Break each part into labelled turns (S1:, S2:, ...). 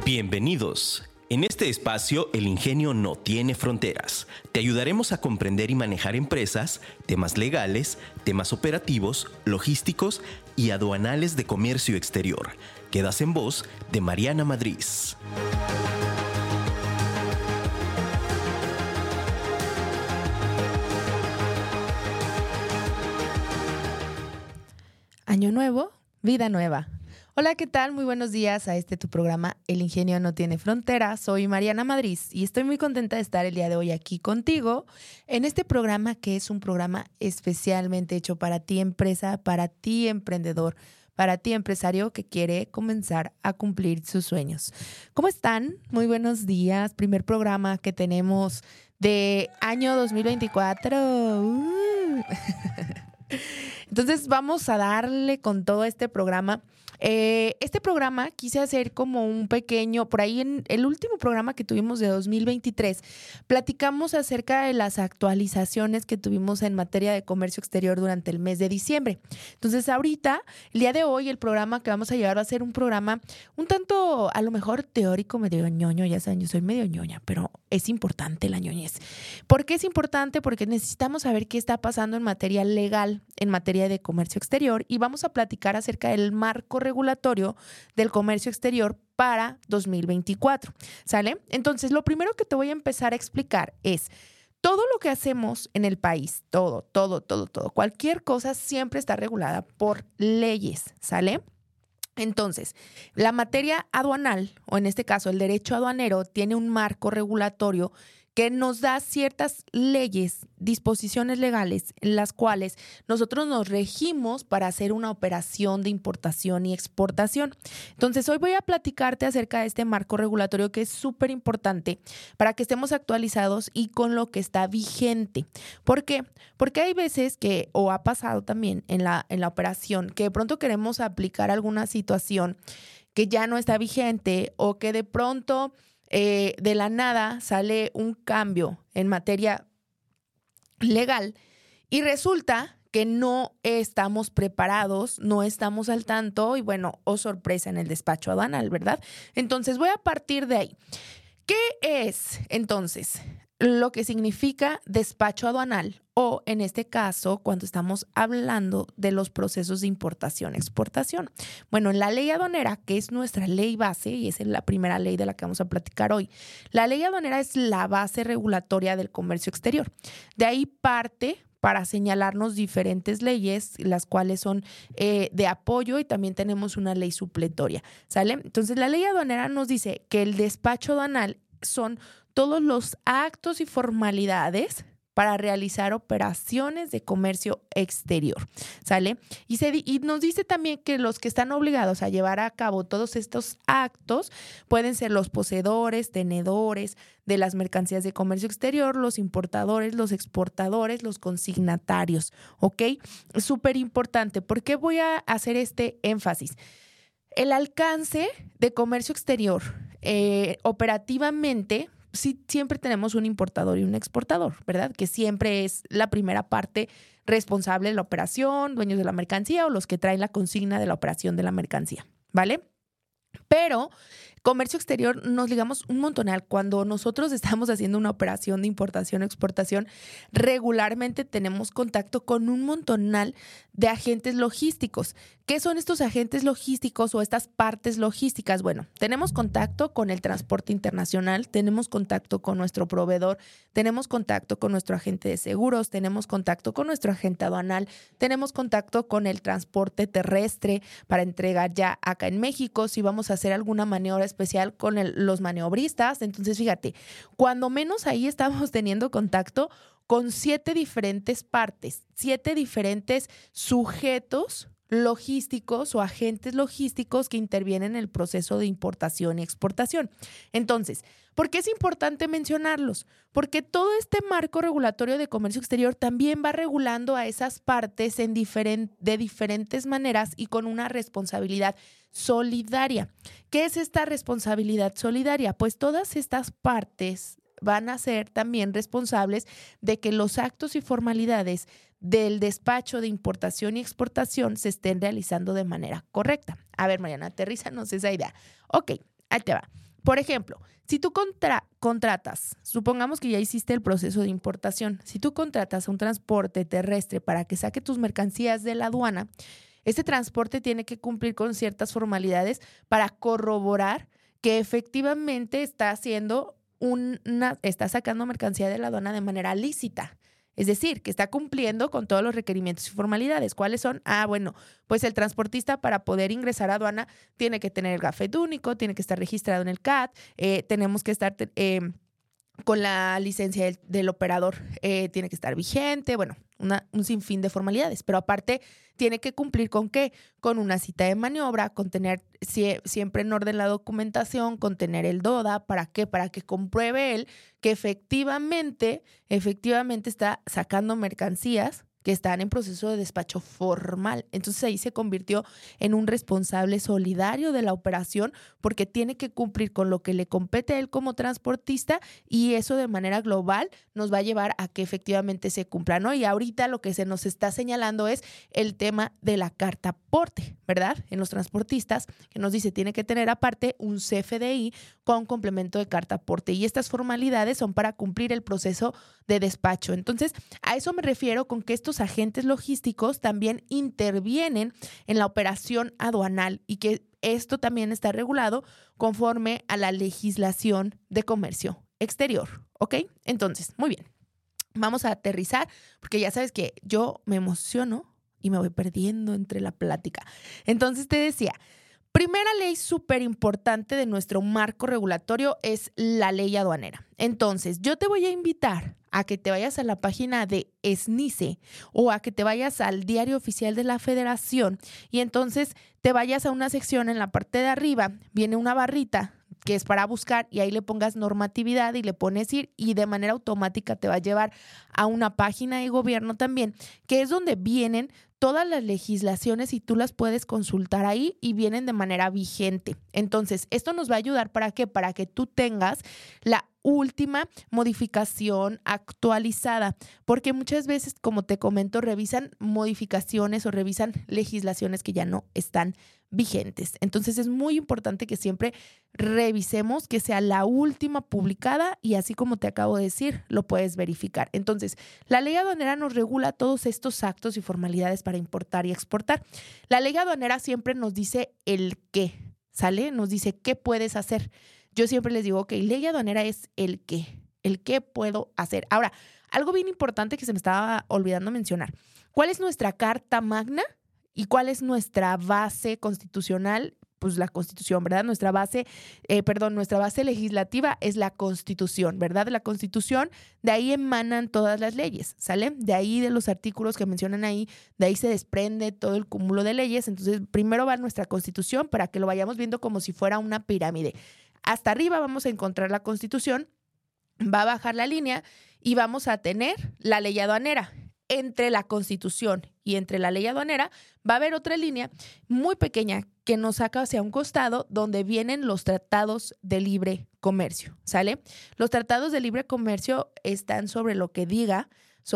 S1: Bienvenidos. En este espacio, el ingenio no tiene fronteras. Te ayudaremos a comprender y manejar empresas, temas legales, temas operativos, logísticos y aduanales de comercio exterior. Quedas en voz de Mariana Madrid.
S2: Año nuevo, vida nueva. Hola, ¿qué tal? Muy buenos días a tu programa El Ingenio No Tiene Fronteras. Soy Mariana Madrid y estoy muy contenta de estar el día de hoy aquí contigo en este programa que es un programa especialmente hecho para ti, empresa, para ti, emprendedor, para ti, empresario que quiere comenzar a cumplir sus sueños. ¿Cómo están? Muy buenos días. Primer programa que tenemos de año 2024. Entonces vamos a darle con todo este programa. Este programa quise hacer como un pequeño, por ahí en el último programa que tuvimos de 2023, platicamos acerca de las actualizaciones que tuvimos en materia de comercio exterior durante el mes de diciembre. Entonces ahorita, el día de hoy, el programa que vamos a llevar va a ser un programa un tanto, a lo mejor teórico, medio ñoño, ya saben, yo soy medio ñoña, pero es importante la ñoñez. ¿Por qué es importante? Porque necesitamos saber qué está pasando en materia legal, en materia de comercio exterior, y vamos a platicar acerca del marco regulatorio del comercio exterior para 2024, ¿sale? Entonces, lo primero que te voy a empezar a explicar es todo lo que hacemos en el país, todo, cualquier cosa siempre está regulada por leyes, ¿sale? Entonces, la materia aduanal, o en este caso el derecho aduanero, tiene un marco regulatorio que nos da ciertas leyes, disposiciones legales en las cuales nosotros nos regimos para hacer una operación de importación y exportación. Entonces, hoy voy a platicarte acerca de este marco regulatorio que es súper importante para que estemos actualizados y con lo que está vigente. ¿Por qué? Porque hay veces que, o ha pasado también en la operación, que de pronto queremos aplicar alguna situación que ya no está vigente o que de pronto de la nada sale un cambio en materia legal y resulta que no estamos preparados, no estamos al tanto y bueno, sorpresa en el despacho aduanal, ¿verdad? Entonces voy a partir de ahí. ¿Qué es entonces lo que significa despacho aduanal? O en este caso, cuando estamos hablando de los procesos de importación-exportación. Bueno, en la ley aduanera, que es nuestra ley base, y es la primera ley de la que vamos a platicar hoy, la ley aduanera es la base regulatoria del comercio exterior. De ahí parte para señalarnos diferentes leyes, las cuales son de apoyo y también tenemos una ley supletoria, ¿sale? Entonces, la ley aduanera nos dice que el despacho aduanal son todos los actos y formalidades para realizar operaciones de comercio exterior, ¿sale? Y nos dice también que los que están obligados a llevar a cabo todos estos actos pueden ser los poseedores, tenedores de las mercancías de comercio exterior, los importadores, los exportadores, los consignatarios, ¿ok? Súper importante. ¿Por qué voy a hacer este énfasis? El alcance de comercio exterior operativamente, sí, siempre tenemos un importador y un exportador, ¿verdad? Que siempre es la primera parte responsable de la operación, dueños de la mercancía o los que traen la consigna de la operación de la mercancía, ¿vale? Pero comercio exterior nos ligamos un montonal. Cuando nosotros estamos haciendo una operación de importación o exportación, regularmente tenemos contacto con un montonal de agentes logísticos. ¿Qué son estos agentes logísticos o estas partes logísticas? Bueno, tenemos contacto con el transporte internacional, tenemos contacto con nuestro proveedor, tenemos contacto con nuestro agente de seguros, tenemos contacto con nuestro agente aduanal, tenemos contacto con el transporte terrestre para entregar ya acá en México, si vamos a hacer alguna maniobra especial con los maniobristas. Entonces, fíjate, cuando menos ahí estamos teniendo contacto con 7 diferentes partes, 7 diferentes sujetos logísticos o agentes logísticos que intervienen en el proceso de importación y exportación. Entonces, ¿por qué es importante mencionarlos? Porque todo este marco regulatorio de comercio exterior también va regulando a esas partes de diferentes maneras y con una responsabilidad solidaria. ¿Qué es esta responsabilidad solidaria? Pues todas estas partes van a ser también responsables de que los actos y formalidades del despacho de importación y exportación se estén realizando de manera correcta. A ver, Mariana, aterrízanos esa idea. Ok, ahí te va. Por ejemplo, si tú contratas, supongamos que ya hiciste el proceso de importación, si tú contratas un transporte terrestre para que saque tus mercancías de la aduana, este transporte tiene que cumplir con ciertas formalidades para corroborar que efectivamente está sacando mercancía de la aduana de manera lícita. Es decir, que está cumpliendo con todos los requerimientos y formalidades. ¿Cuáles son? Bueno, pues el transportista para poder ingresar a aduana tiene que tener el gafet único, tiene que estar registrado en el CAT, tenemos que estar con la licencia del operador, tiene que estar vigente, bueno, un sinfín de formalidades. Pero aparte tiene que cumplir ¿con qué? Con una cita de maniobra, con tener siempre en orden la documentación, con tener el DODA. ¿Para qué? Para que compruebe él que efectivamente está sacando mercancías que están en proceso de despacho formal. Entonces ahí se convirtió en un responsable solidario de la operación porque tiene que cumplir con lo que le compete a él como transportista y eso de manera global nos va a llevar a que efectivamente se cumpla, ¿no? Y ahorita lo que se nos está señalando es el tema de la carta aporte, ¿verdad? En los transportistas, que nos dice tiene que tener aparte un CFDI con complemento de carta aporte y estas formalidades son para cumplir el proceso de despacho. Entonces, a eso me refiero con que estos agentes logísticos también intervienen en la operación aduanal y que esto también está regulado conforme a la legislación de comercio exterior, ¿ok? Entonces, muy bien, vamos a aterrizar porque ya sabes que yo me emociono y me voy perdiendo entre la plática. Entonces te decía, primera ley súper importante de nuestro marco regulatorio es la ley aduanera. Entonces, yo te voy a invitar a que te vayas a la página de SNICE o a que te vayas al Diario Oficial de la Federación y entonces te vayas a una sección en la parte de arriba, viene una barrita que es para buscar y ahí le pongas normatividad y le pones ir y de manera automática te va a llevar a una página de gobierno también, que es donde vienen todas las legislaciones y tú las puedes consultar ahí y vienen de manera vigente. Entonces, esto nos va a ayudar ¿para qué? Para que tú tengas la última modificación actualizada, porque muchas veces, como te comento, revisan modificaciones o revisan legislaciones que ya no están vigentes. Entonces es muy importante que siempre revisemos que sea la última publicada y así como te acabo de decir, lo puedes verificar. Entonces, la ley aduanera nos regula todos estos actos y formalidades para importar y exportar. La ley aduanera siempre nos dice el qué, ¿sale? Nos dice qué puedes hacer. Yo siempre les digo, ok, ley aduanera es el qué puedo hacer. Ahora, algo bien importante que se me estaba olvidando mencionar. ¿Cuál es nuestra carta magna y cuál es nuestra base constitucional? Pues la Constitución, ¿verdad? Nuestra base legislativa es la Constitución, ¿verdad? La Constitución, de ahí emanan todas las leyes, ¿sale? De ahí, de los artículos que mencionan ahí, de ahí se desprende todo el cúmulo de leyes. Entonces, primero va nuestra Constitución para que lo vayamos viendo como si fuera una pirámide. Hasta arriba vamos a encontrar la Constitución, va a bajar la línea y vamos a tener la ley aduanera. Entre la Constitución y entre la ley aduanera va a haber otra línea muy pequeña que nos saca hacia un costado donde vienen los tratados de libre comercio, ¿sale? Los tratados de libre comercio están sobre lo que diga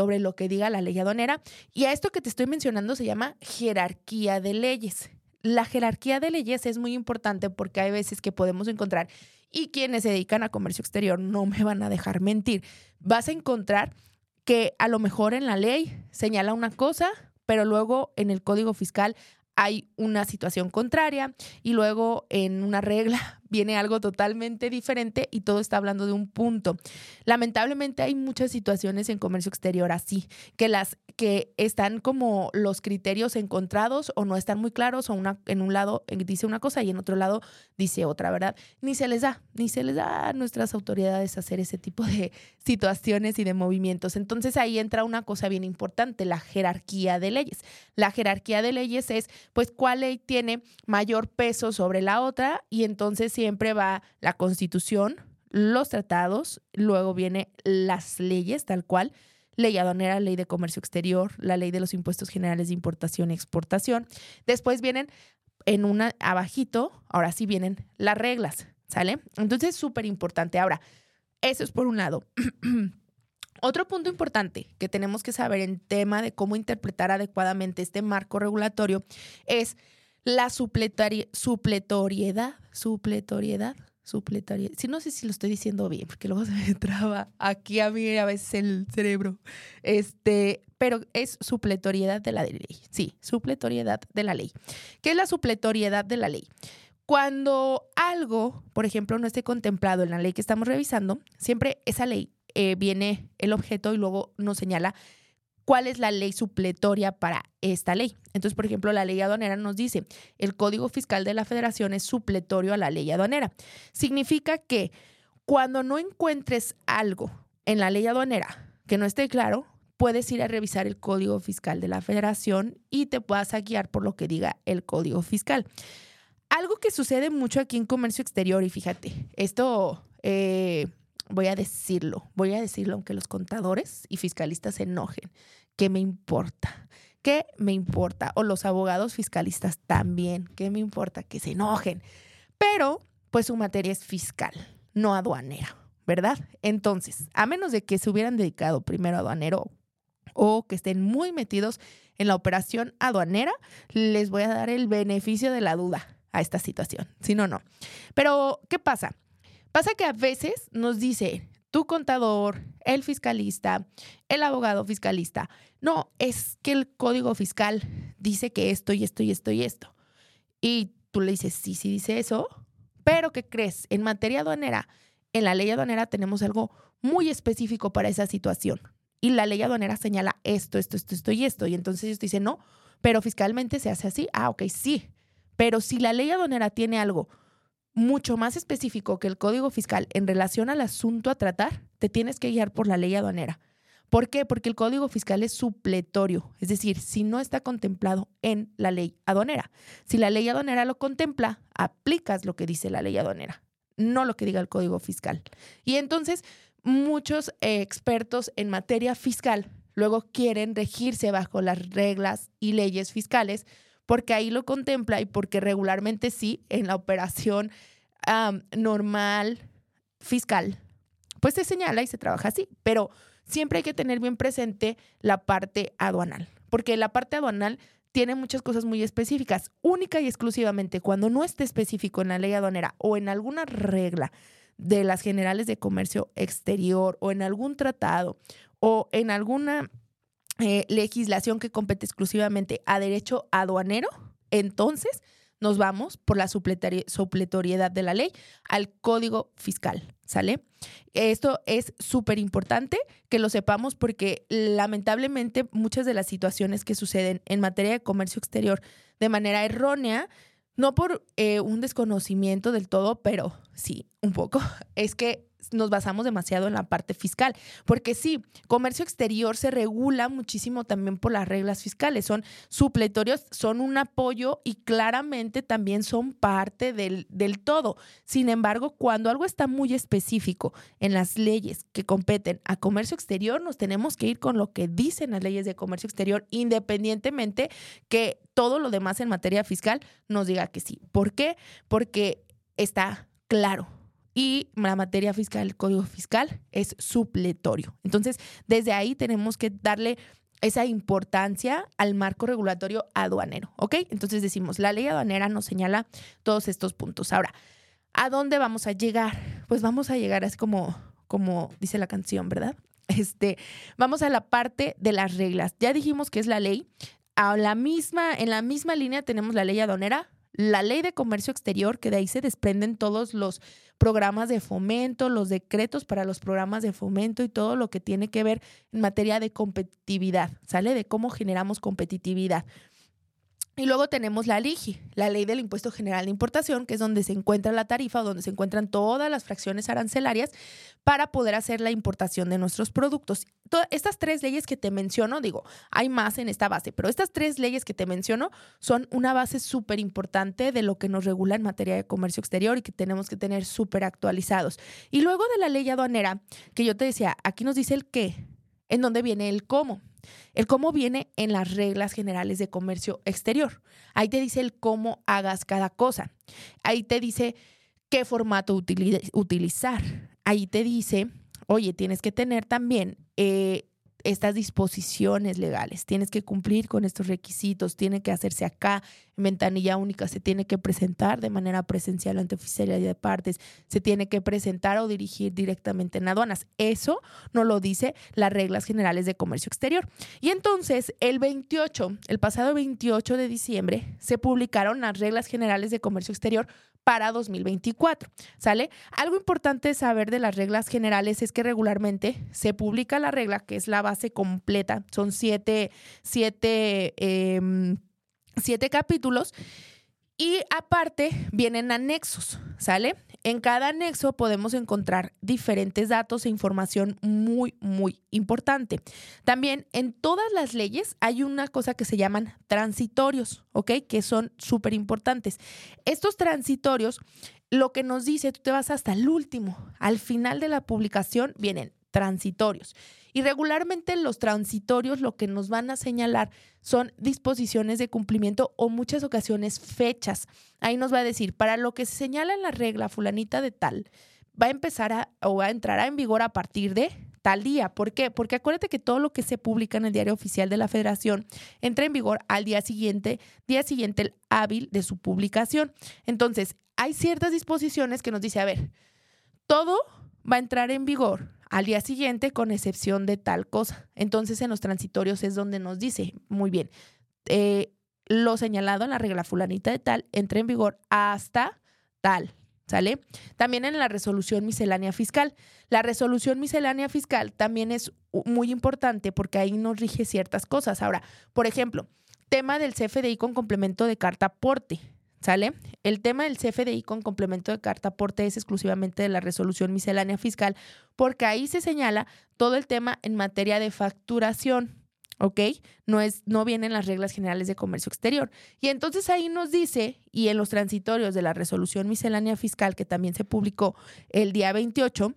S2: la ley aduanera y a esto que te estoy mencionando se llama jerarquía de leyes. La jerarquía de leyes es muy importante porque hay veces que podemos encontrar, y quienes se dedican a comercio exterior no me van a dejar mentir, vas a encontrar que a lo mejor en la ley señala una cosa, pero luego en el Código Fiscal hay una situación contraria y luego en una regla viene algo totalmente diferente y todo está hablando de un punto. Lamentablemente hay muchas situaciones en comercio exterior así, que están como los criterios encontrados o no están muy claros o en un lado dice una cosa y en otro lado dice otra, ¿verdad? Ni se les da a nuestras autoridades hacer ese tipo de situaciones y de movimientos. Entonces ahí entra una cosa bien importante, la jerarquía de leyes. La jerarquía de leyes es, pues, cuál ley tiene mayor peso sobre la otra y entonces siempre va la Constitución, los tratados, luego viene las leyes tal cual, ley aduanera, ley de comercio exterior, la ley de los impuestos generales de importación y exportación. Después vienen abajito, ahora sí vienen las reglas, ¿sale? Entonces, súper importante. Ahora, eso es por un lado. Otro punto importante que tenemos que saber en tema de cómo interpretar adecuadamente este marco regulatorio es la supletoriedad. Supletoria. Sí, no sé si lo estoy diciendo bien, porque luego se me traba aquí a mí a veces el cerebro. Pero es supletoriedad de la ley. Sí, supletoriedad de la ley. ¿Qué es la supletoriedad de la ley? Cuando algo, por ejemplo, no esté contemplado en la ley que estamos revisando, siempre esa ley viene el objeto y luego nos señala cuál es la ley supletoria para esta ley. Entonces, por ejemplo, la ley aduanera nos dice, el Código Fiscal de la Federación es supletorio a la ley aduanera. Significa que cuando no encuentres algo en la ley aduanera que no esté claro, puedes ir a revisar el Código Fiscal de la Federación y te puedas guiar por lo que diga el Código Fiscal. Algo que sucede mucho aquí en comercio exterior, y fíjate, esto voy a decirlo aunque los contadores y fiscalistas se enojen. ¿Qué me importa? ¿Qué me importa? O los abogados fiscalistas también. ¿Qué me importa? Que se enojen. Pero, pues su materia es fiscal, no aduanera, ¿verdad? Entonces, a menos de que se hubieran dedicado primero a aduanero o que estén muy metidos en la operación aduanera, les voy a dar el beneficio de la duda a esta situación. Si no, no. Pero, ¿qué pasa? Pasa que a veces nos dice tu contador, el fiscalista, el abogado fiscalista, no, es que el Código Fiscal dice que esto y esto y esto y esto. Y tú le dices, sí, sí dice eso, pero ¿qué crees? En materia aduanera, en la ley aduanera tenemos algo muy específico para esa situación. Y la ley aduanera señala esto y esto. Y entonces ellos dicen, no, pero fiscalmente se hace así. Ah, ok, sí. Pero si la ley aduanera tiene algo mucho más específico que el Código Fiscal en relación al asunto a tratar, te tienes que guiar por la ley aduanera. ¿Por qué? Porque el Código Fiscal es supletorio, es decir, si no está contemplado en la ley aduanera. Si la ley aduanera lo contempla, aplicas lo que dice la ley aduanera, no lo que diga el Código Fiscal. Y entonces, muchos expertos en materia fiscal luego quieren regirse bajo las reglas y leyes fiscales porque ahí lo contempla y porque regularmente sí, en la operación normal fiscal, pues se señala y se trabaja así, pero siempre hay que tener bien presente la parte aduanal, porque la parte aduanal tiene muchas cosas muy específicas, única y exclusivamente cuando no esté específico en la ley aduanera o en alguna regla de las generales de comercio exterior o en algún tratado o en alguna legislación que compete exclusivamente a derecho aduanero, entonces nos vamos por la supletoriedad de la ley al Código Fiscal, ¿sale? Esto es súper importante que lo sepamos porque lamentablemente muchas de las situaciones que suceden en materia de comercio exterior de manera errónea, no por un desconocimiento del todo, pero sí, un poco, es que nos basamos demasiado en la parte fiscal, porque sí, comercio exterior se regula muchísimo también por las reglas fiscales, son supletorios, son un apoyo y claramente también son parte del todo. Sin embargo, cuando algo está muy específico en las leyes que competen a comercio exterior, nos tenemos que ir con lo que dicen las leyes de comercio exterior, independientemente que todo lo demás en materia fiscal nos diga que sí. ¿Por qué? Porque está claro. Y la materia fiscal, el Código Fiscal, es supletorio. Entonces, desde ahí tenemos que darle esa importancia al marco regulatorio aduanero, ¿ok? Entonces decimos, la ley aduanera nos señala todos estos puntos. Ahora, ¿a dónde vamos a llegar? Pues vamos a llegar así como dice la canción, ¿verdad? Vamos a la parte de las reglas. Ya dijimos que es la ley. En la misma línea tenemos la ley aduanera, la ley de comercio exterior, que de ahí se desprenden todos los programas de fomento, los decretos para los programas de fomento y todo lo que tiene que ver en materia de competitividad, ¿sale? De cómo generamos competitividad. Y luego tenemos la LIGI, la Ley del Impuesto General de Importación, que es donde se encuentra la tarifa o donde se encuentran todas las fracciones arancelarias para poder hacer la importación de nuestros productos. Estas tres leyes que te menciono, digo, hay más en esta base, pero estas tres leyes que te menciono son una base súper importante de lo que nos regula en materia de comercio exterior y que tenemos que tener súper actualizados. Y luego de la ley aduanera, que yo te decía, aquí nos dice el qué, en dónde viene el cómo. El cómo viene en las reglas generales de comercio exterior. Ahí te dice el cómo hagas cada cosa. Ahí te dice qué formato utilizar. Ahí te dice, oye, tienes que tener también estas disposiciones legales. Tienes que cumplir con estos requisitos, tiene que hacerse acá, en ventanilla única, se tiene que presentar de manera presencial ante oficialidad de partes, se tiene que presentar o dirigir directamente en aduanas. Eso no lo dice las reglas generales de comercio exterior. Y entonces el pasado 28 de diciembre, se publicaron las reglas generales de comercio exterior para 2024, ¿sale? Algo importante saber de las reglas generales es que regularmente se publica la regla, que es la base completa, son siete capítulos, y aparte vienen anexos, ¿sale? En cada anexo podemos encontrar diferentes datos e información muy, muy importante. También en todas las leyes hay una cosa que se llaman transitorios, ¿ok? Que son súper importantes. Estos transitorios, lo que nos dice, tú te vas hasta el último, al final de la publicación vienen transitorios. Y regularmente los transitorios lo que nos van a señalar son disposiciones de cumplimiento o muchas ocasiones fechas. Ahí nos va a decir, para lo que se señala en la regla fulanita de tal, va a entrar en vigor a partir de tal día. ¿Por qué? Porque acuérdate que todo lo que se publica en el Diario Oficial de la Federación entra en vigor al día siguiente el hábil de su publicación. Entonces, hay ciertas disposiciones que nos dice, a ver, todo va a entrar en vigor al día siguiente con excepción de tal cosa. Entonces, en los transitorios es donde nos dice, muy bien, lo señalado en la regla fulanita de tal entra en vigor hasta tal, ¿sale? También en la resolución miscelánea fiscal. La resolución miscelánea fiscal también es muy importante porque ahí nos rige ciertas cosas. Ahora, por ejemplo, tema del CFDI con complemento de carta aporte, ¿sale? El tema del CFDI con complemento de carta aporte es exclusivamente de la resolución miscelánea fiscal porque ahí se señala todo el tema en materia de facturación, ¿ok? No vienen las reglas generales de comercio exterior. Y entonces ahí nos dice, y en los transitorios de la resolución miscelánea fiscal que también se publicó el día 28,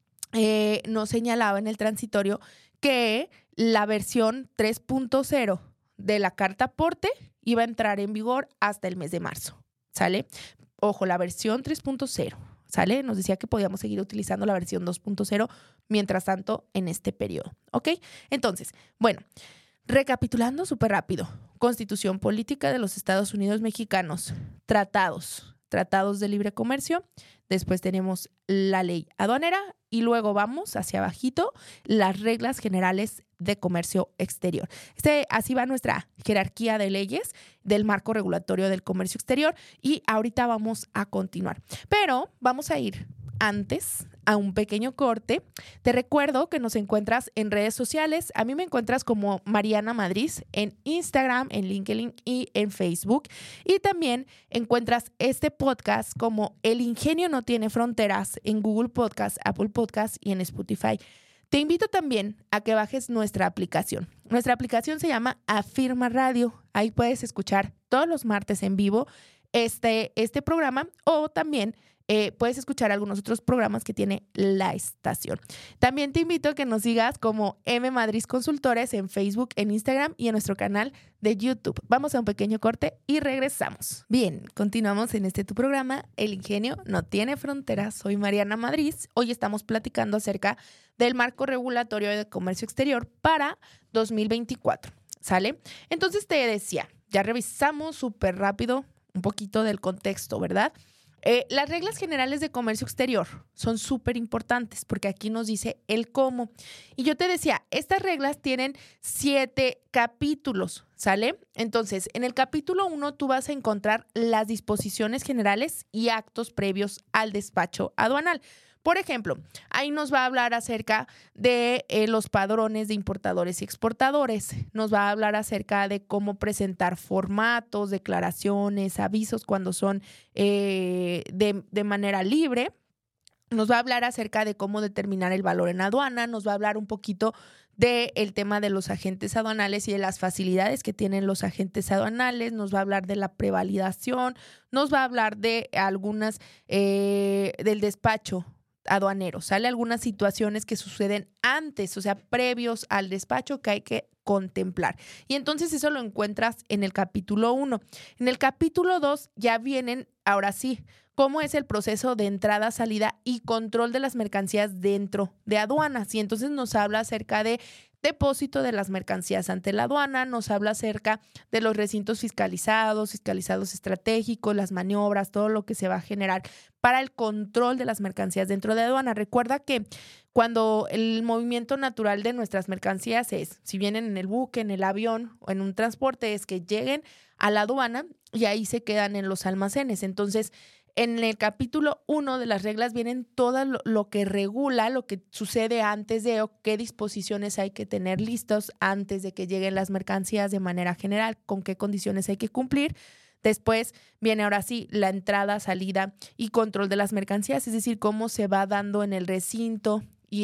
S2: nos señalaba en el transitorio que la versión 3.0 de la carta aporte iba a entrar en vigor hasta el mes de marzo, ¿sale? Ojo, la versión 3.0, ¿sale? Nos decía que podíamos seguir utilizando la versión 2.0 mientras tanto en este periodo, ¿ok? Entonces, bueno, recapitulando súper rápido, Constitución Política de los Estados Unidos Mexicanos, tratados de libre comercio, después tenemos la ley aduanera y luego vamos hacia abajito las reglas generales de comercio exterior. Así va nuestra jerarquía de leyes del marco regulatorio del comercio exterior y ahorita vamos a continuar. Pero vamos a ir antes a un pequeño corte. Te recuerdo que nos encuentras en redes sociales. A mí me encuentras como Mariana Madrid en Instagram, en LinkedIn y en Facebook. Y también encuentras este podcast como El Ingenio No Tiene Fronteras en Google Podcast, Apple Podcast y en Spotify. Te invito también a que bajes nuestra aplicación. Nuestra aplicación se llama Afirma Radio. Ahí puedes escuchar todos los martes en vivo este programa o también puedes escuchar algunos otros programas que tiene la estación. También te invito a que nos sigas como M Madrid Consultores en Facebook, en Instagram y en nuestro canal de YouTube. Vamos a un pequeño corte y regresamos. Bien, continuamos en tu programa, El Ingenio No Tiene Fronteras. Soy Mariana Madrid. Hoy estamos platicando acerca del marco regulatorio de comercio exterior para 2024, ¿sale? Entonces te decía, ya revisamos súper rápido un poquito del contexto, ¿verdad? Las reglas generales de comercio exterior son súper importantes porque aquí nos dice el cómo. Y yo te decía, estas reglas tienen 7 capítulos, ¿sale? Entonces, en el capítulo 1 tú vas a encontrar las disposiciones generales y actos previos al despacho aduanal. Por ejemplo, ahí nos va a hablar acerca de los padrones de importadores y exportadores. Nos va a hablar acerca de cómo presentar formatos, declaraciones, avisos cuando son de manera libre. Nos va a hablar acerca de cómo determinar el valor en aduana. Nos va a hablar un poquito del tema de los agentes aduanales y de las facilidades que tienen los agentes aduanales. Nos va a hablar de la prevalidación. Nos va a hablar de algunas del despacho aduanero, ¿sale? Algunas situaciones que suceden antes, o sea, previos al despacho que hay que contemplar. Y entonces eso lo encuentras en el capítulo 1. En el capítulo 2 ya vienen, ahora sí, cómo es el proceso de entrada, salida y control de las mercancías dentro de aduanas. Y entonces nos habla acerca de depósito de las mercancías ante la aduana, nos habla acerca de los recintos fiscalizados estratégicos, las maniobras, todo lo que se va a generar para el control de las mercancías dentro de aduana. Recuerda que cuando el movimiento natural de nuestras mercancías es, si vienen en el buque, en el avión o en un transporte, es que lleguen a la aduana y ahí se quedan en los almacenes. Entonces, en el capítulo 1 de las reglas vienen todo lo que regula, lo que sucede antes de o qué disposiciones hay que tener listos antes de que lleguen las mercancías de manera general, con qué condiciones hay que cumplir. Después viene ahora sí la entrada, salida y control de las mercancías, es decir, cómo se va dando en el recinto y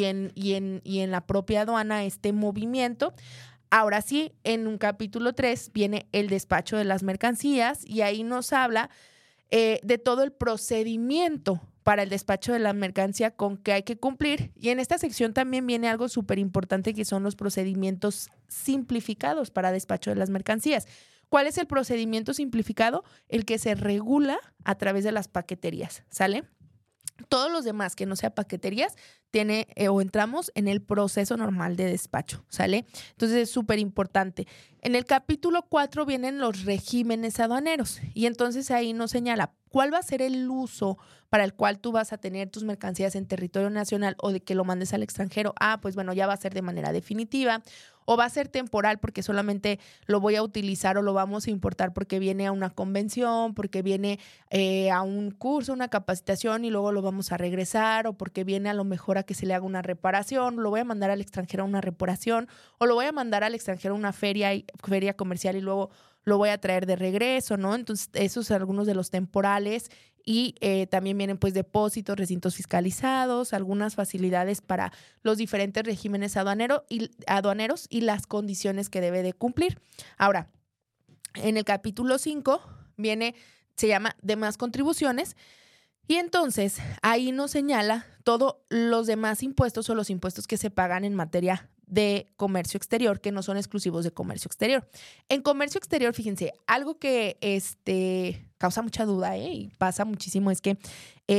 S2: en la propia aduana este movimiento. Ahora sí, en un capítulo 3 viene el despacho de las mercancías y ahí nos habla de todo el procedimiento para el despacho de la mercancía con que hay que cumplir. Y en esta sección también viene algo súper importante que son los procedimientos simplificados para despacho de las mercancías. ¿Cuál es el procedimiento simplificado? El que se regula a través de las paqueterías, ¿sale? Todos los demás que no sea paqueterías tiene o entramos en el proceso normal de despacho, ¿sale? Entonces es súper importante. En el capítulo 4 vienen los regímenes aduaneros y entonces ahí nos señala cuál va a ser el uso para el cual tú vas a tener tus mercancías en territorio nacional o de que lo mandes al extranjero. Pues bueno, ya va a ser de manera definitiva o va a ser temporal porque solamente lo voy a utilizar o lo vamos a importar porque viene a una convención, porque viene a un curso, una capacitación y luego lo vamos a regresar o porque viene a lo mejor a que se le haga una reparación, lo voy a mandar al extranjero a una reparación o lo voy a mandar al extranjero a una feria comercial y luego lo voy a traer de regreso, ¿no? Entonces, esos son algunos de los temporales y también vienen pues depósitos, recintos fiscalizados, algunas facilidades para los diferentes regímenes aduaneros y las condiciones que debe de cumplir. Ahora, en el capítulo 5 se llama demás contribuciones y entonces ahí nos señala todos los demás impuestos o los impuestos que se pagan en materia de comercio exterior, que no son exclusivos de comercio exterior. En comercio exterior, fíjense, algo que causa mucha duda y pasa muchísimo es que,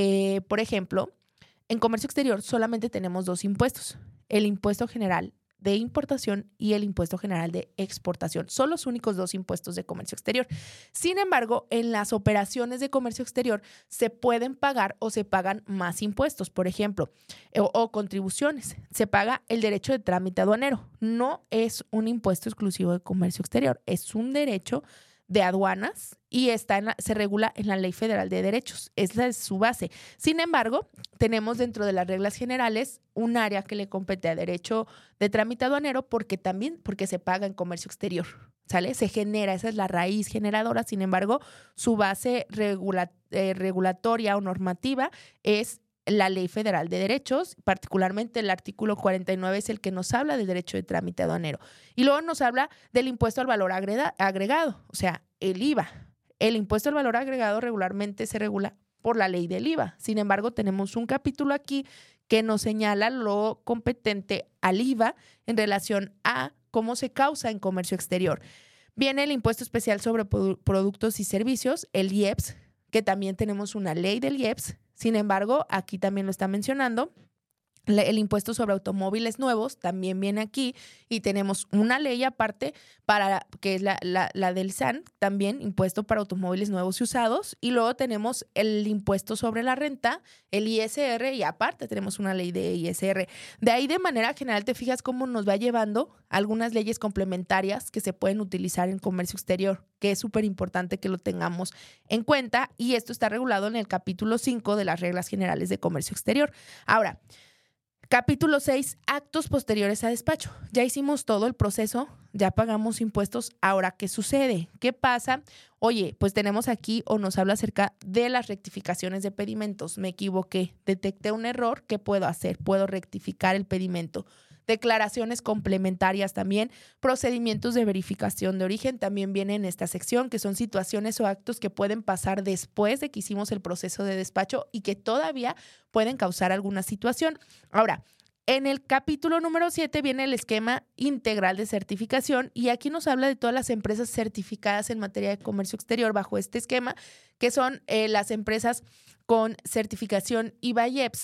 S2: por ejemplo, en comercio exterior solamente tenemos dos impuestos, el impuesto general de importación y el impuesto general de exportación. Son los únicos dos impuestos de comercio exterior. Sin embargo, en las operaciones de comercio exterior se pueden pagar o se pagan más impuestos, por ejemplo, o contribuciones. Se paga el derecho de trámite aduanero. No es un impuesto exclusivo de comercio exterior, es un derecho de aduanas y se regula en la Ley Federal de Derechos. Esa es su base. Sin embargo, tenemos dentro de las reglas generales un área que le compete a derecho de trámite aduanero porque se paga en comercio exterior, ¿sale? Se genera, esa es la raíz generadora. Sin embargo, su base regulatoria o normativa es la Ley Federal de Derechos, particularmente el artículo 49 es el que nos habla del derecho de trámite aduanero. Y luego nos habla del impuesto al valor agregado, o sea, el IVA. El impuesto al valor agregado regularmente se regula por la ley del IVA. Sin embargo, tenemos un capítulo aquí que nos señala lo competente al IVA en relación a cómo se causa en comercio exterior. Viene el impuesto especial sobre productos y servicios, el IEPS, que también tenemos una ley del IEPS. Sin embargo, aquí también lo está mencionando. El impuesto sobre automóviles nuevos también viene aquí y tenemos una ley aparte que es la del SAN, también impuesto para automóviles nuevos y usados. Y luego tenemos el impuesto sobre la renta, el ISR, y aparte tenemos una ley de ISR. De ahí, de manera general, te fijas cómo nos va llevando algunas leyes complementarias que se pueden utilizar en comercio exterior, que es súper importante que lo tengamos en cuenta. Y esto está regulado en el capítulo 5 de las reglas generales de comercio exterior. Ahora, capítulo 6, actos posteriores a despacho. Ya hicimos todo el proceso, ya pagamos impuestos. Ahora, ¿qué sucede? ¿Qué pasa? Oye, pues tenemos aquí o nos habla acerca de las rectificaciones de pedimentos. Me equivoqué, detecté un error. ¿Qué puedo hacer? Puedo rectificar el pedimento. Declaraciones complementarias también, procedimientos de verificación de origen también vienen en esta sección, que son situaciones o actos que pueden pasar después de que hicimos el proceso de despacho y que todavía pueden causar alguna situación. Ahora, en el capítulo número 7 viene el esquema integral de certificación y aquí nos habla de todas las empresas certificadas en materia de comercio exterior bajo este esquema, que son las empresas con certificación IVA-IEPS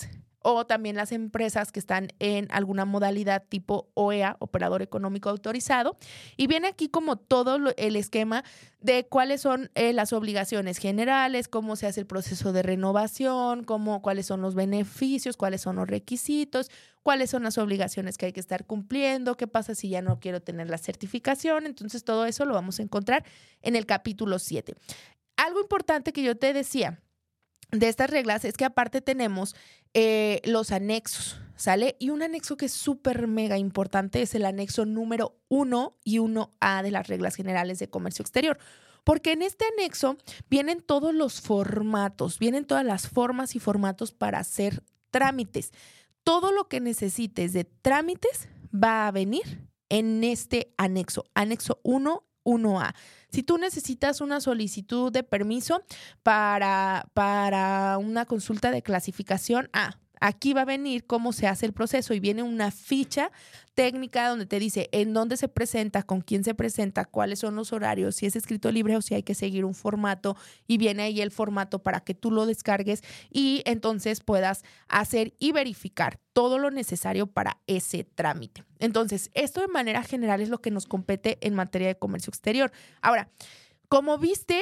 S2: o también las empresas que están en alguna modalidad tipo OEA, Operador Económico Autorizado. Y viene aquí como todo el esquema de cuáles son las obligaciones generales, cómo se hace el proceso de renovación, cuáles son los beneficios, cuáles son los requisitos, cuáles son las obligaciones que hay que estar cumpliendo, qué pasa si ya no quiero tener la certificación. Entonces, todo eso lo vamos a encontrar en el capítulo 7. Algo importante que yo te decía de estas reglas es que aparte tenemos los anexos, ¿sale? Y un anexo que es súper mega importante es el anexo número 1 y 1A de las reglas generales de comercio exterior. Porque en este anexo vienen todos los formatos, vienen todas las formas y formatos para hacer trámites. Todo lo que necesites de trámites va a venir en este anexo, anexo 1, 1A. Si tú necesitas una solicitud de permiso para una consulta de clasificación, aquí va a venir cómo se hace el proceso y viene una ficha técnica donde te dice en dónde se presenta, con quién se presenta, cuáles son los horarios, si es escrito libre o si hay que seguir un formato, y viene ahí el formato para que tú lo descargues y entonces puedas hacer y verificar todo lo necesario para ese trámite. Entonces, esto de manera general es lo que nos compete en materia de comercio exterior. Ahora, como viste,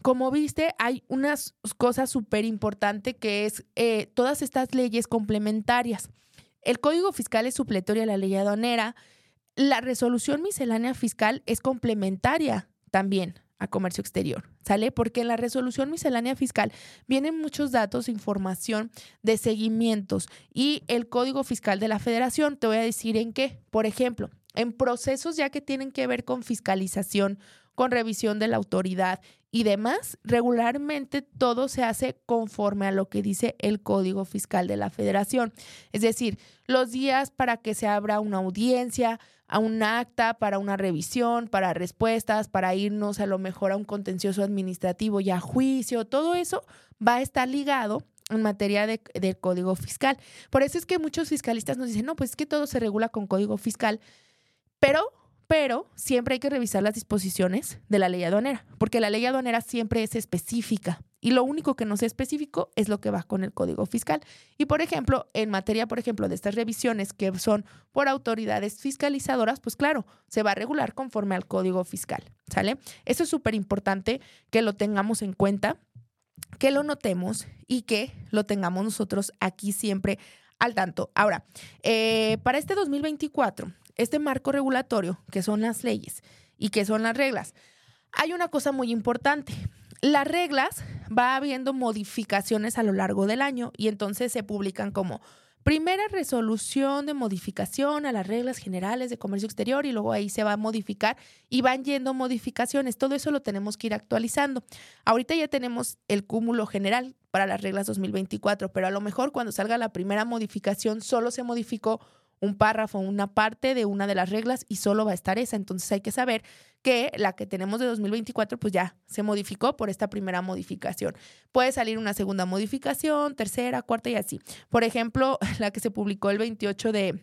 S2: hay unas cosas súper importantes que es todas estas leyes complementarias. El Código Fiscal es supletorio a la ley aduanera. La resolución miscelánea fiscal es complementaria también a comercio exterior, ¿sale? Porque en la resolución miscelánea fiscal vienen muchos datos, información de seguimientos y el Código Fiscal de la Federación, te voy a decir en qué. Por ejemplo, en procesos ya que tienen que ver con fiscalización, con revisión de la autoridad y demás, regularmente todo se hace conforme a lo que dice el Código Fiscal de la Federación. Es decir, los días para que se abra una audiencia, a un acta, para una revisión, para respuestas, para irnos a lo mejor a un contencioso administrativo y a juicio, todo eso va a estar ligado en materia del Código Fiscal. Por eso es que muchos fiscalistas nos dicen, no, pues es que todo se regula con Código Fiscal, pero siempre hay que revisar las disposiciones de la ley aduanera, porque la ley aduanera siempre es específica y lo único que no sea específico es lo que va con el Código Fiscal. Y, por ejemplo, en materia, de estas revisiones que son por autoridades fiscalizadoras, pues claro, se va a regular conforme al Código Fiscal, ¿sale? Eso es súper importante que lo tengamos en cuenta, que lo notemos y que lo tengamos nosotros aquí siempre al tanto. Ahora, para este 2024, este marco regulatorio, que son las leyes y que son las reglas, hay una cosa muy importante. Las reglas va habiendo modificaciones a lo largo del año y entonces se publican como primera resolución de modificación a las reglas generales de comercio exterior y luego ahí se va a modificar y van yendo modificaciones. Todo eso lo tenemos que ir actualizando. Ahorita ya tenemos el cúmulo general para las reglas 2024, pero a lo mejor cuando salga la primera modificación solo se modificó un párrafo, una parte de una de las reglas y solo va a estar esa. Entonces hay que saber que la que tenemos de 2024 pues ya se modificó por esta primera modificación. Puede salir una segunda modificación, tercera, cuarta y así. Por ejemplo, la que se publicó el 28 de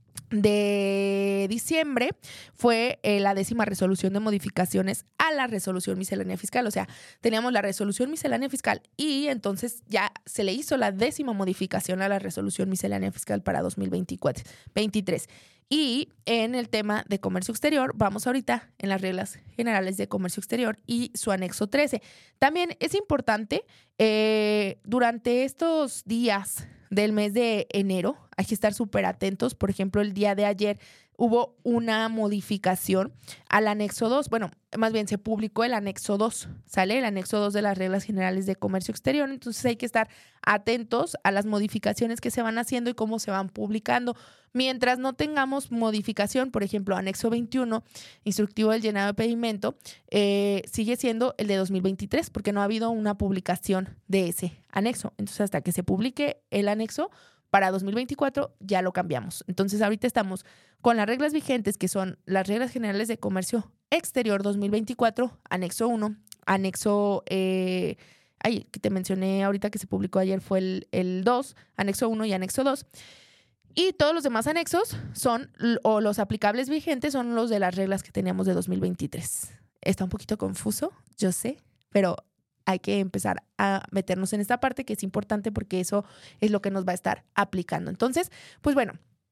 S2: diciembre fue la 10ª resolución de modificaciones a la resolución miscelánea fiscal. O sea, teníamos la resolución miscelánea fiscal y entonces ya se le hizo la 10ª modificación a la resolución miscelánea fiscal para 2023. Y en el tema de comercio exterior, vamos ahorita en las reglas generales de comercio exterior y su anexo 13. También es importante, durante estos días del mes de enero, hay que estar súper atentos. Por ejemplo, el día de ayer hubo una modificación al anexo 2. Bueno, más bien se publicó el anexo 2, ¿sale? El anexo 2 de las reglas generales de comercio exterior. Entonces hay que estar atentos a las modificaciones que se van haciendo y cómo se van publicando. Mientras no tengamos modificación, por ejemplo, anexo 21, instructivo del llenado de pedimento, sigue siendo el de 2023 porque no ha habido una publicación de ese anexo. Entonces, hasta que se publique el anexo para 2024 ya lo cambiamos. Entonces, ahorita estamos con las reglas vigentes, que son las reglas generales de comercio exterior 2024, anexo 1, anexo que te mencioné ahorita que se publicó ayer fue el 2, anexo 1 y anexo 2. Y todos los demás anexos son, o los aplicables vigentes, son los de las reglas que teníamos de 2023. Está un poquito confuso, yo sé, pero hay que empezar a meternos en esta parte que es importante porque eso es lo que nos va a estar aplicando. Entonces, pues bueno,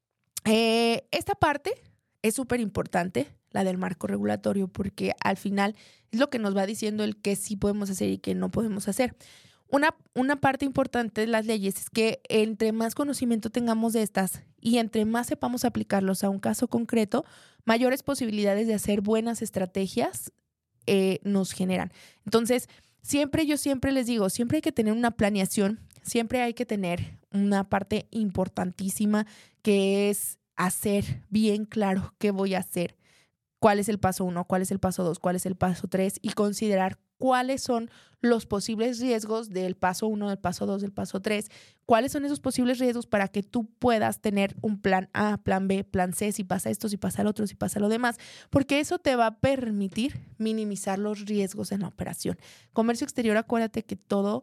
S2: esta parte es súper importante, la del marco regulatorio, porque al final es lo que nos va diciendo el que sí podemos hacer y que no podemos hacer. Una parte importante de las leyes es que entre más conocimiento tengamos de estas y entre más sepamos aplicarlos a un caso concreto, mayores posibilidades de hacer buenas estrategias nos generan. Entonces, yo siempre les digo, siempre hay que tener una planeación, siempre hay que tener una parte importantísima que es hacer bien claro qué voy a hacer, cuál es el paso 1, cuál es el paso 2, cuál es el paso 3 y considerar cuáles son los posibles riesgos del paso 1, del paso 2, del paso 3, cuáles son esos posibles riesgos para que tú puedas tener un plan A, plan B, plan C, si pasa esto, si pasa lo otro, si pasa lo demás, porque eso te va a permitir minimizar los riesgos en la operación. Comercio exterior, acuérdate que todo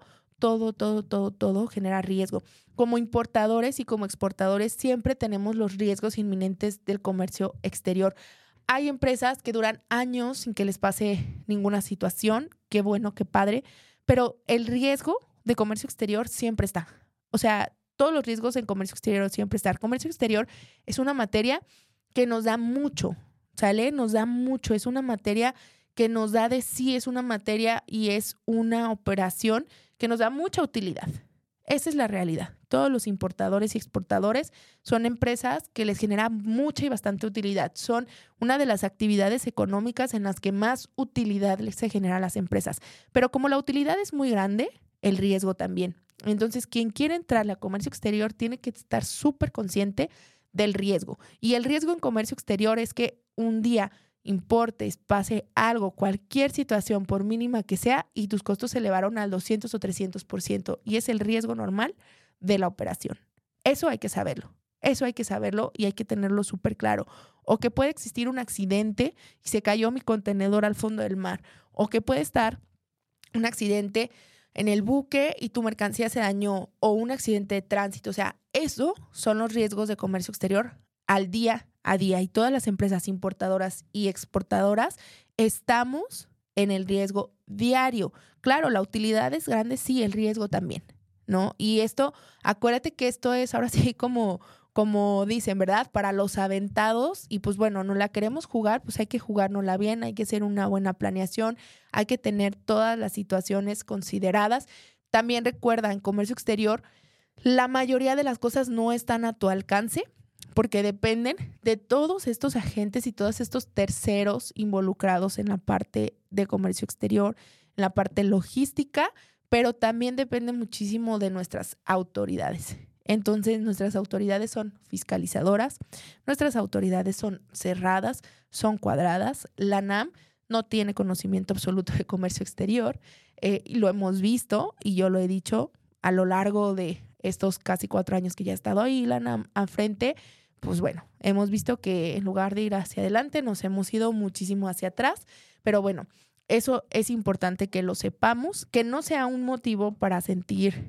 S2: genera riesgo. Como importadores y como exportadores siempre tenemos los riesgos inminentes del comercio exterior. Hay empresas que duran años sin que les pase ninguna situación, qué bueno, qué padre, pero el riesgo de comercio exterior siempre está. O sea, todos los riesgos en comercio exterior siempre están. Comercio exterior es una materia que nos da mucho, ¿sale? Nos da mucho, es una materia que nos da de sí, es una materia y es una operación que nos da mucha utilidad. Esa es la realidad. Todos los importadores y exportadores son empresas que les genera mucha y bastante utilidad. Son una de las actividades económicas en las que más utilidad se genera a las empresas. Pero como la utilidad es muy grande, el riesgo también. Entonces, quien quiere entrar a comercio exterior tiene que estar súper consciente del riesgo. Y el riesgo en comercio exterior es que un día importes, pase algo, cualquier situación, por mínima que sea, y tus costos se elevaron al 200 o 300%, y es el riesgo normal de la operación. Eso hay que saberlo y hay que tenerlo súper claro. O que puede existir un accidente y se cayó mi contenedor al fondo del mar, o que puede estar un accidente en el buque y tu mercancía se dañó, o un accidente de tránsito. O sea, eso son los riesgos de comercio exterior al día a día, y todas las empresas importadoras y exportadoras estamos en el riesgo diario. Claro, la utilidad es grande, sí, el riesgo también, ¿no? Y esto, acuérdate que esto es ahora sí como dicen, ¿verdad? Para los aventados, y pues bueno, no la queremos jugar, pues hay que jugárnosla bien, hay que hacer una buena planeación, hay que tener todas las situaciones consideradas. También recuerda, en comercio exterior, la mayoría de las cosas no están a tu alcance, porque dependen de todos estos agentes y todos estos terceros involucrados en la parte de comercio exterior, en la parte logística, pero también depende muchísimo de nuestras autoridades. Entonces, nuestras autoridades son fiscalizadoras, nuestras autoridades son cerradas, son cuadradas. La NAM no tiene conocimiento absoluto de comercio exterior, y lo hemos visto, y yo lo he dicho a lo largo de estos casi 4 años que ya ha estado ahí la NAM al frente. Pues bueno, hemos visto que en lugar de ir hacia adelante, nos hemos ido muchísimo hacia atrás, pero bueno, eso es importante que lo sepamos, que no sea un motivo para sentir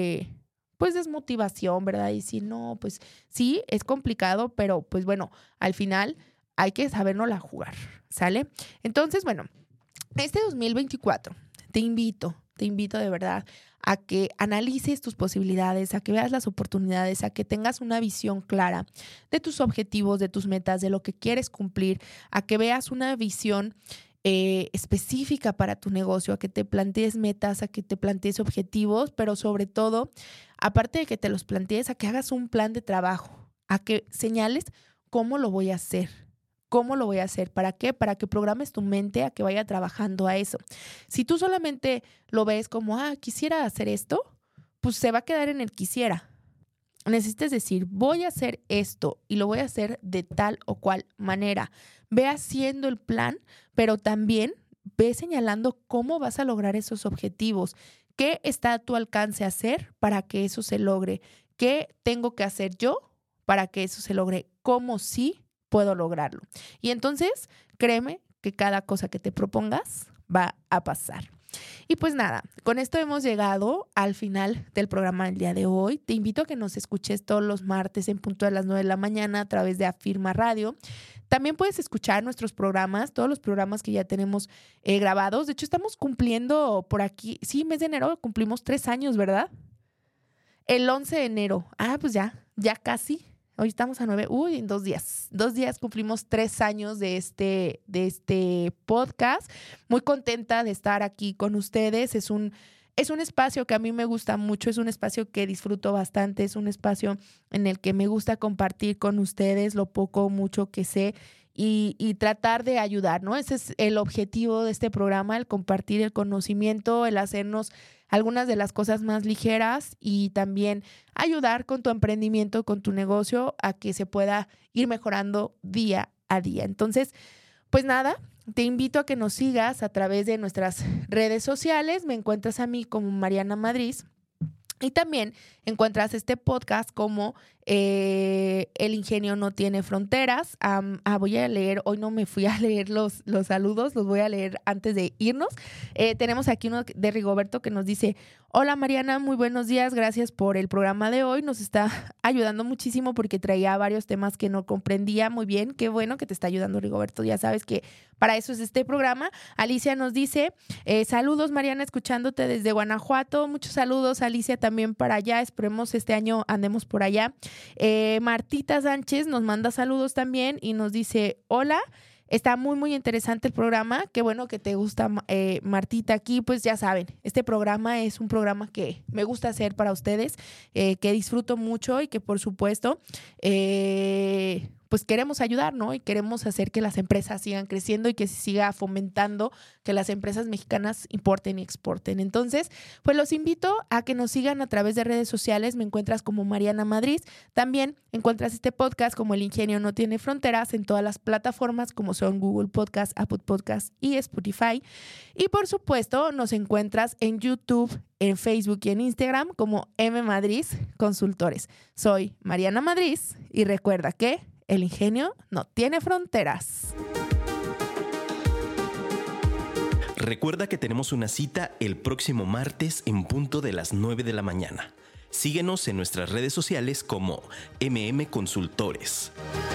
S2: pues desmotivación, ¿verdad? Y si no, pues sí, es complicado, pero pues bueno, al final hay que sabérnosla jugar, ¿sale? Entonces, bueno, este 2024 te invito de verdad a que analices tus posibilidades, a que veas las oportunidades, a que tengas una visión clara de tus objetivos, de tus metas, de lo que quieres cumplir, a que veas una visión específica para tu negocio, a que te plantees metas, a que te plantees objetivos, pero sobre todo, aparte de que te los plantees, a que hagas un plan de trabajo, a que señales cómo lo voy a hacer. ¿Cómo lo voy a hacer? ¿Para qué? Para que programes tu mente a que vaya trabajando a eso. Si tú solamente lo ves como, quisiera hacer esto, pues se va a quedar en el quisiera. Necesitas decir, voy a hacer esto y lo voy a hacer de tal o cual manera. Ve haciendo el plan, pero también ve señalando cómo vas a lograr esos objetivos. ¿Qué está a tu alcance hacer para que eso se logre? ¿Qué tengo que hacer yo para que eso se logre? ¿Cómo sí puedo lograrlo? Y entonces, créeme que cada cosa que te propongas va a pasar. Y pues nada, con esto hemos llegado al final del programa del día de hoy. Te invito a que nos escuches todos los martes en punto de las 9 de la mañana a través de Afirma Radio. También puedes escuchar nuestros programas, todos los programas que ya tenemos grabados. De hecho, estamos cumpliendo por aquí, sí, mes de enero cumplimos 3 años, ¿verdad? El 11 de enero. Pues ya casi. Hoy estamos a 9. En 2 días. 2 días cumplimos 3 años de este podcast. Muy contenta de estar aquí con ustedes. Es un espacio que a mí me gusta mucho, es un espacio que disfruto bastante, es un espacio en el que me gusta compartir con ustedes lo poco o mucho que sé y tratar de ayudar, ¿no? Ese es el objetivo de este programa, el compartir el conocimiento, el hacernos algunas de las cosas más ligeras y también ayudar con tu emprendimiento, con tu negocio, a que se pueda ir mejorando día a día. Entonces, pues nada, te invito a que nos sigas a través de nuestras redes sociales. Me encuentras a mí como Mariana Madrid y también encuentras este podcast como El Ingenio No Tiene Fronteras. Voy a leer, hoy no me fui a leer los saludos, los voy a leer antes de irnos. Tenemos aquí uno de Rigoberto que nos dice: hola Mariana, muy buenos días, gracias por el programa de hoy, nos está ayudando muchísimo porque traía varios temas que no comprendía muy bien. Qué bueno que te está ayudando Rigoberto, ya sabes que para eso es este programa. Alicia nos dice: saludos Mariana, escuchándote desde Guanajuato. Muchos saludos Alicia también para allá, esperemos este año andemos por allá. Martita Sánchez nos manda saludos también y nos dice: hola, está muy muy interesante el programa, qué bueno que te gusta Martita. Aquí pues ya saben, este programa es un programa que me gusta hacer para ustedes, que disfruto mucho y que por supuesto pues queremos ayudar, ¿no? Y queremos hacer que las empresas sigan creciendo y que se siga fomentando que las empresas mexicanas importen y exporten. Entonces, pues los invito a que nos sigan a través de redes sociales. Me encuentras como Mariana Madrid. También encuentras este podcast como El Ingenio No Tiene Fronteras en todas las plataformas como son Google Podcast, Apple Podcast y Spotify. Y por supuesto, nos encuentras en YouTube, en Facebook y en Instagram como M Madrid Consultores. Soy Mariana Madrid y recuerda que el ingenio no tiene fronteras.
S1: Recuerda que tenemos una cita el próximo martes en punto de las 9 de la mañana. Síguenos en nuestras redes sociales como MM Consultores.